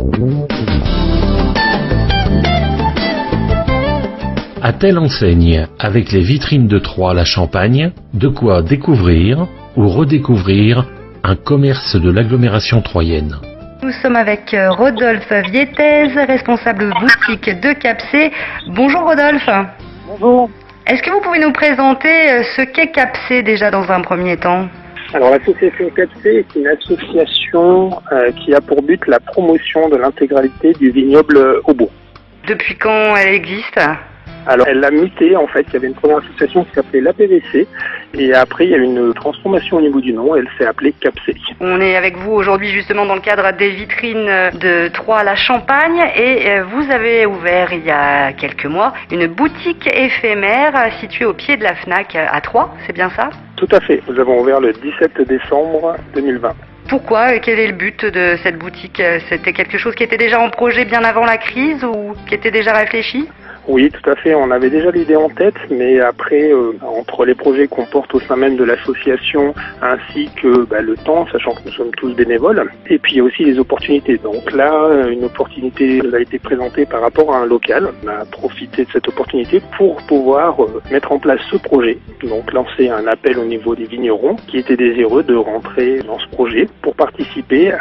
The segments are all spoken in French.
À telle enseigne, avec les vitrines de Troyes la Champagne, de quoi découvrir ou redécouvrir un commerce de l'agglomération troyenne. Nous sommes avec Rodolphe Vietez, responsable boutique de Capsé. Bonjour Rodolphe. Bonjour. Est-ce que vous pouvez nous présenter ce qu'est Capsé déjà dans un premier temps ? Alors l'association Capsé est une association qui a pour but la promotion de l'intégralité du vignoble Aubourg. Depuis quand elle existe ? Alors elle a muté en fait, il y avait une première association qui s'appelait l'APVC et après il y a eu une transformation au niveau du nom, elle s'est appelée Capsé. On est avec vous aujourd'hui justement dans le cadre des vitrines de Troyes la Champagne et vous avez ouvert il y a quelques mois une boutique éphémère située au pied de la FNAC à Troyes, c'est bien ça ? Tout à fait, nous avons ouvert le 17 décembre 2020. Pourquoi ? Quel est le but de cette boutique ? C'était quelque chose qui était déjà en projet bien avant la crise ou qui était déjà réfléchi ? Oui, tout à fait. On avait déjà l'idée en tête, mais après, entre les projets qu'on porte au sein même de l'association, ainsi que le temps, sachant que nous sommes tous bénévoles, et puis il y a aussi les opportunités. Donc là, une opportunité nous a été présentée par rapport à un local. On a profité de cette opportunité pour pouvoir mettre en place ce projet. Donc lancer un appel au niveau des vignerons qui étaient désireux de rentrer dans ce projet pour participer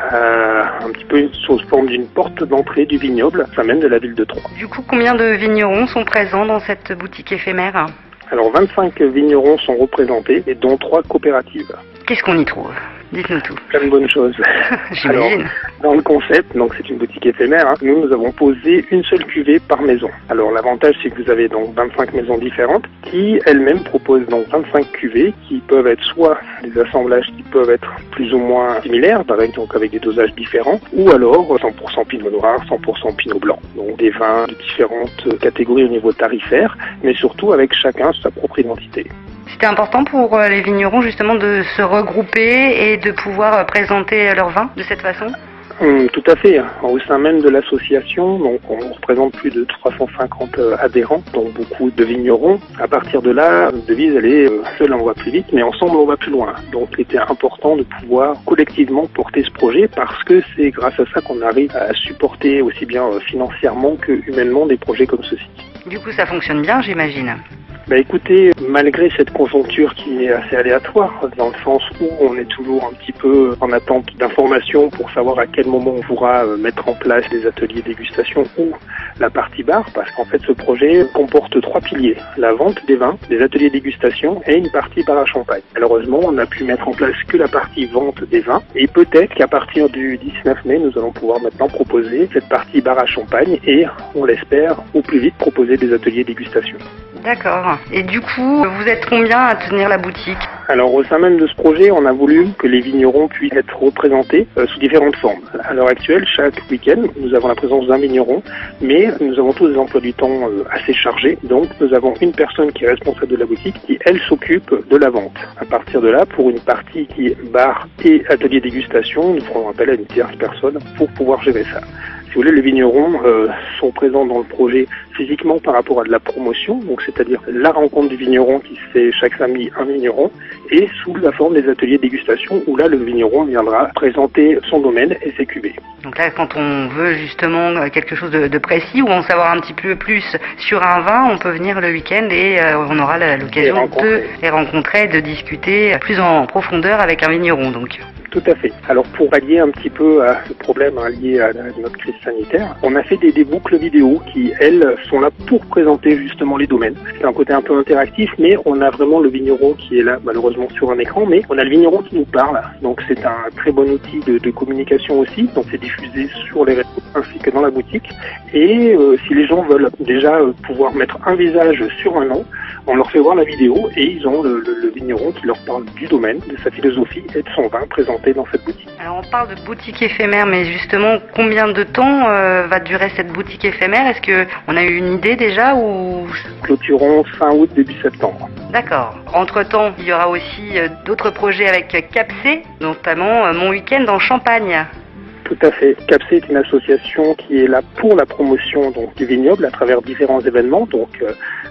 à un petit peu sous forme d'une porte d'entrée du vignoble, enfin même de la ville de Troyes. Du coup, combien de vignerons sont présents dans cette boutique éphémère ? Alors 25 vignerons sont représentés et dont 3 coopératives. Qu'est-ce qu'on y trouve ? Dites-nous tout. Plein de bonnes choses. J'imagine. Alors, dans le concept, donc c'est une boutique éphémère, nous avons posé une seule cuvée par maison. Alors l'avantage c'est que vous avez donc 25 maisons différentes qui elles-mêmes proposent donc 25 cuvées qui peuvent être soit des assemblages qui peuvent être plus ou moins similaires, pareil donc avec des dosages différents, ou alors 100% pinot noir, 100% pinot blanc. Donc des vins de différentes catégories au niveau tarifaire, mais surtout avec chacun sa propre identité. C'était important pour les vignerons justement de se regrouper et de pouvoir présenter leurs vins de cette façon ? Tout à fait. Au sein même de l'association, donc on représente plus de 350 adhérents, donc beaucoup de vignerons. À partir de là, notre devise elle est seul on va plus vite, mais ensemble on va plus loin. Donc il était important de pouvoir collectivement porter ce projet parce que c'est grâce à ça qu'on arrive à supporter aussi bien financièrement que humainement des projets comme ceux-ci. Du coup ça fonctionne bien j'imagine. Écoutez, malgré cette conjoncture qui est assez aléatoire, dans le sens où on est toujours un petit peu en attente d'informations pour savoir à quel moment on pourra mettre en place des ateliers dégustation ou la partie bar, parce qu'en fait ce projet comporte 3 piliers, la vente des vins, des ateliers dégustation et une partie bar à champagne. Malheureusement, on n'a pu mettre en place que la partie vente des vins et peut-être qu'à partir du 19 mai, nous allons pouvoir maintenant proposer cette partie bar à champagne et, on l'espère, au plus vite proposer des ateliers dégustation. D'accord. Et du coup, vous êtes combien à tenir la boutique ? Alors au sein même de ce projet, on a voulu que les vignerons puissent être représentés sous différentes formes. À l'heure actuelle, chaque week-end, nous avons la présence d'un vigneron, mais nous avons tous des emplois du temps assez chargés. Donc nous avons une personne qui est responsable de la boutique qui, elle, s'occupe de la vente. À partir de là, pour une partie qui est bar et atelier dégustation, nous ferons appel à une tierce personne pour pouvoir gérer ça. Si vous voulez, les vignerons sont présents dans le projet physiquement par rapport à de la promotion, donc c'est-à-dire la rencontre du vigneron qui se fait chaque samedi un vigneron, et sous la forme des ateliers de dégustation où là le vigneron viendra présenter son domaine et ses cuvées. Donc là, quand on veut justement quelque chose de précis ou en savoir un petit peu plus sur un vin, on peut venir le week-end et on aura l'occasion de les rencontrer, de discuter plus en profondeur avec un vigneron donc. Tout à fait. Alors pour pallier un petit peu à ce problème lié à notre crise sanitaire, on a fait des boucles vidéo qui, elles, sont là pour présenter justement les domaines. C'est un côté un peu interactif, mais on a vraiment le vigneron qui est là, malheureusement sur un écran, mais on a le vigneron qui nous parle. Donc c'est un très bon outil de communication aussi. Donc c'est diffusé sur les réseaux ainsi que dans la boutique. Et si les gens veulent déjà pouvoir mettre un visage sur un nom, on leur fait voir la vidéo et ils ont le vigneron qui leur parle du domaine, de sa philosophie et de son vin présenté dans cette boutique. Alors on parle de boutique éphémère, mais justement, combien de temps va durer cette boutique éphémère ? Est-ce qu'on a eu une idée déjà ou... Clôturons fin août, début septembre. D'accord. Entre-temps, il y aura aussi d'autres projets avec Capsé, notamment Mon Week-end en Champagne. Tout à fait. Capsé est une association qui est là pour la promotion donc, du vignoble à travers différents événements, donc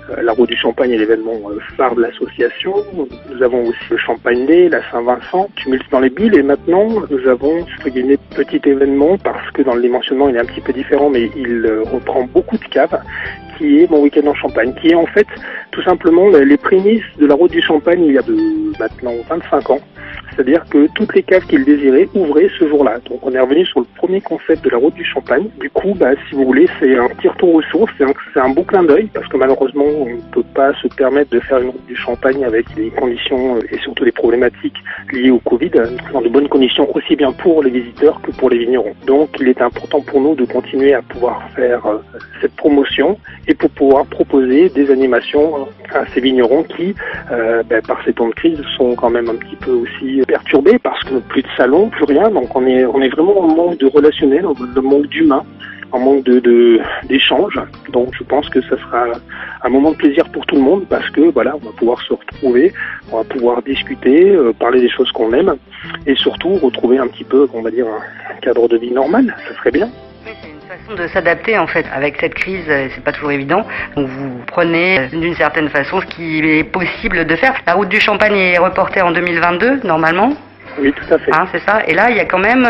La Route du Champagne est l'événement phare de l'association. Nous avons aussi le Champagne Day, la Saint-Vincent, Tumulte dans les bulles, et maintenant nous avons ce petit événement, parce que dans le dimensionnement il est un petit peu différent, mais il reprend beaucoup de caves, qui est Mon Week-end en Champagne, qui est en fait tout simplement les prémices de la Route du Champagne il y a maintenant 25 ans. C'est-à-dire que toutes les caves qu'il désirait ouvraient ce jour-là. Donc on est revenu sur le premier concept de la Route du Champagne. Du coup, si vous voulez, c'est un petit retour aux sources, c'est un beau clin d'œil, parce que malheureusement, on ne peut pas se permettre de faire une Route du Champagne avec les conditions et surtout les problématiques liées au Covid, dans de bonnes conditions aussi bien pour les visiteurs que pour les vignerons. Donc il est important pour nous de continuer à pouvoir faire cette promotion et pour pouvoir proposer des animations à ces vignerons qui, par ces temps de crise, sont quand même un petit peu aussi perturbés, parce que plus de salons, plus rien, donc on est vraiment en manque de relationnel, en manque d'humain, en manque d'échanges. Donc je pense que ça sera un moment de plaisir pour tout le monde, parce que voilà, on va pouvoir se retrouver, on va pouvoir discuter, parler des choses qu'on aime, et surtout retrouver un petit peu, on va dire, un cadre de vie normal. Ça serait bien. De s'adapter en fait avec cette crise, c'est pas toujours évident. Donc vous prenez d'une certaine façon ce qui est possible de faire. La Route du Champagne est reportée en 2022 normalement. Oui, tout à fait. C'est ça. Et là, il y a quand même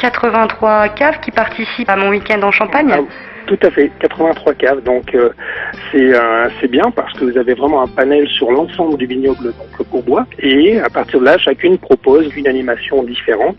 83 caves qui participent à Mon Week-end en Champagne. Tout à fait, 83 caves, donc c'est bien, parce que vous avez vraiment un panel sur l'ensemble du vignoble au bois, et à partir de là, chacune propose une animation différente,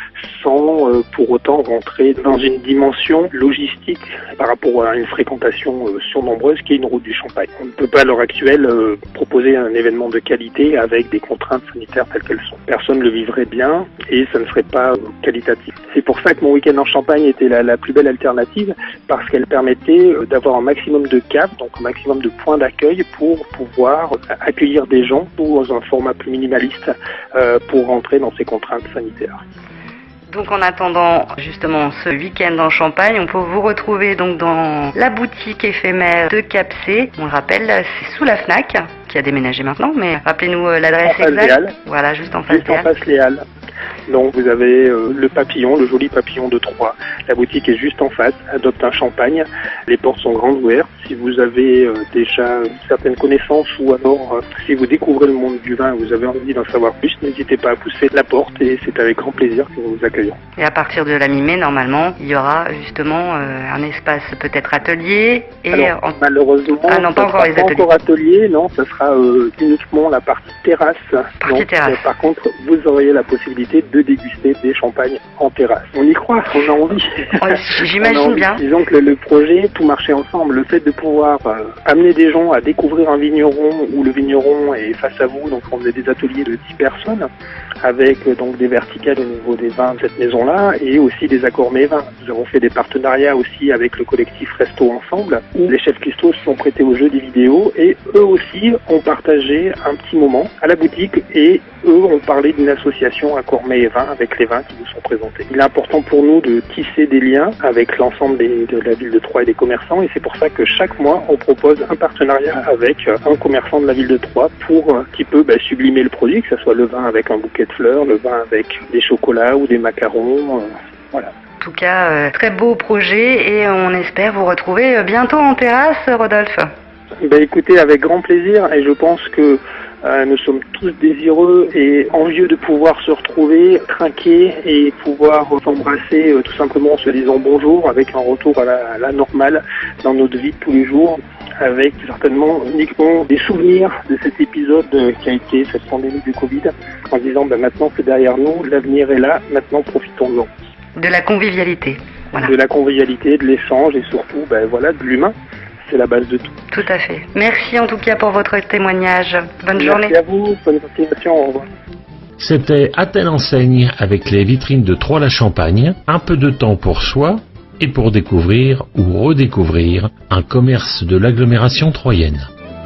sans pour autant rentrer dans une dimension logistique par rapport à une fréquentation surnombreuse qui est une Route du Champagne. On ne peut pas à l'heure actuelle proposer un événement de qualité avec des contraintes sanitaires telles qu'elles sont. Personne ne le vivrait bien et ça ne serait pas qualitatif. C'est pour ça que Mon Week-end en Champagne était la plus belle alternative, parce qu'elle permettait d'avoir un maximum de caves, donc un maximum de points d'accueil pour pouvoir accueillir des gens dans un format plus minimaliste pour rentrer dans ces contraintes sanitaires. Donc en attendant justement ce week-end en Champagne, on peut vous retrouver donc dans la boutique éphémère de Capcé. On le rappelle, c'est sous la Fnac, qui a déménagé maintenant, mais rappelez-nous l'adresse exacte. Voilà, juste en face les Halles. Donc vous avez le papillon, le joli papillon de Troyes. La boutique est juste en face, Adopte un Champagne. Les portes sont grandes ouvertes. Si vous avez déjà une certaine connaissance, ou alors si vous découvrez le monde du vin et vous avez envie d'en savoir plus, n'hésitez pas à pousser la porte, et c'est avec grand plaisir que nous vous accueillons. Et à partir de la mi-mai, normalement, il y aura justement un espace peut-être atelier. Et alors, malheureusement, pas encore les ateliers. Encore atelier, non, ça sera uniquement la partie terrasse. Terrasse. Par contre, vous aurez la possibilité de déguster des champagnes en terrasse. On y croit, on a envie. J'imagine bien. Disons que le projet, tout marcher ensemble, le fait de pouvoir amener des gens à découvrir un vigneron où le vigneron est face à vous, donc on faisait des ateliers de 10 personnes, avec donc des verticales au niveau des vins de cette maison-là, et aussi des accords mets vins. Nous avons fait des partenariats aussi avec le collectif Resto Ensemble, où les chefs cuistots se sont prêtés au jeu des vidéos, et eux aussi ont partagé un petit moment à la boutique, et eux ont parlé d'une association accords mets et vins avec les vins qui nous sont présentés. Il est important pour nous de tisser des liens avec l'ensemble de la ville de Troyes et des commerçants, et c'est pour ça que chaque mois on propose un partenariat avec un commerçant de la ville de Troyes pour un petit peu sublimer le produit, que ce soit le vin avec un bouquet de fleurs, le vin avec des chocolats ou des macarons, voilà. En tout cas, très beau projet, et on espère vous retrouver bientôt en terrasse, Rodolphe. Écoutez, avec grand plaisir, et je pense que nous sommes tous désireux et envieux de pouvoir se retrouver, trinquer et pouvoir s'embrasser tout simplement en se disant bonjour, avec un retour à la normale dans notre vie de tous les jours, avec certainement uniquement des souvenirs de cet épisode qui a été cette pandémie du Covid, en disant maintenant c'est derrière nous, l'avenir est là, maintenant profitons-en. De la convivialité. Voilà. De la convivialité, de l'échange et surtout de l'humain. C'est la base de tout. Tout à fait. Merci en tout cas pour votre témoignage. Bonne journée. Merci à vous, bonne continuation, au revoir. C'était À telle enseigne avec les vitrines de Troyes-la-Champagne, un peu de temps pour soi et pour découvrir ou redécouvrir un commerce de l'agglomération troyenne.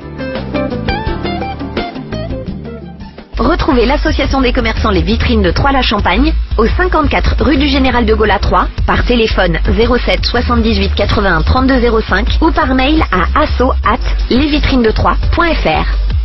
Retrouvez l'association des commerçants Les Vitrines de Troyes-la-Champagne au 54 rue du Général de Gaulle à Troyes, par téléphone 07 78 81 32 05 ou par mail à asso@lesvitrinesdetroyes.fr.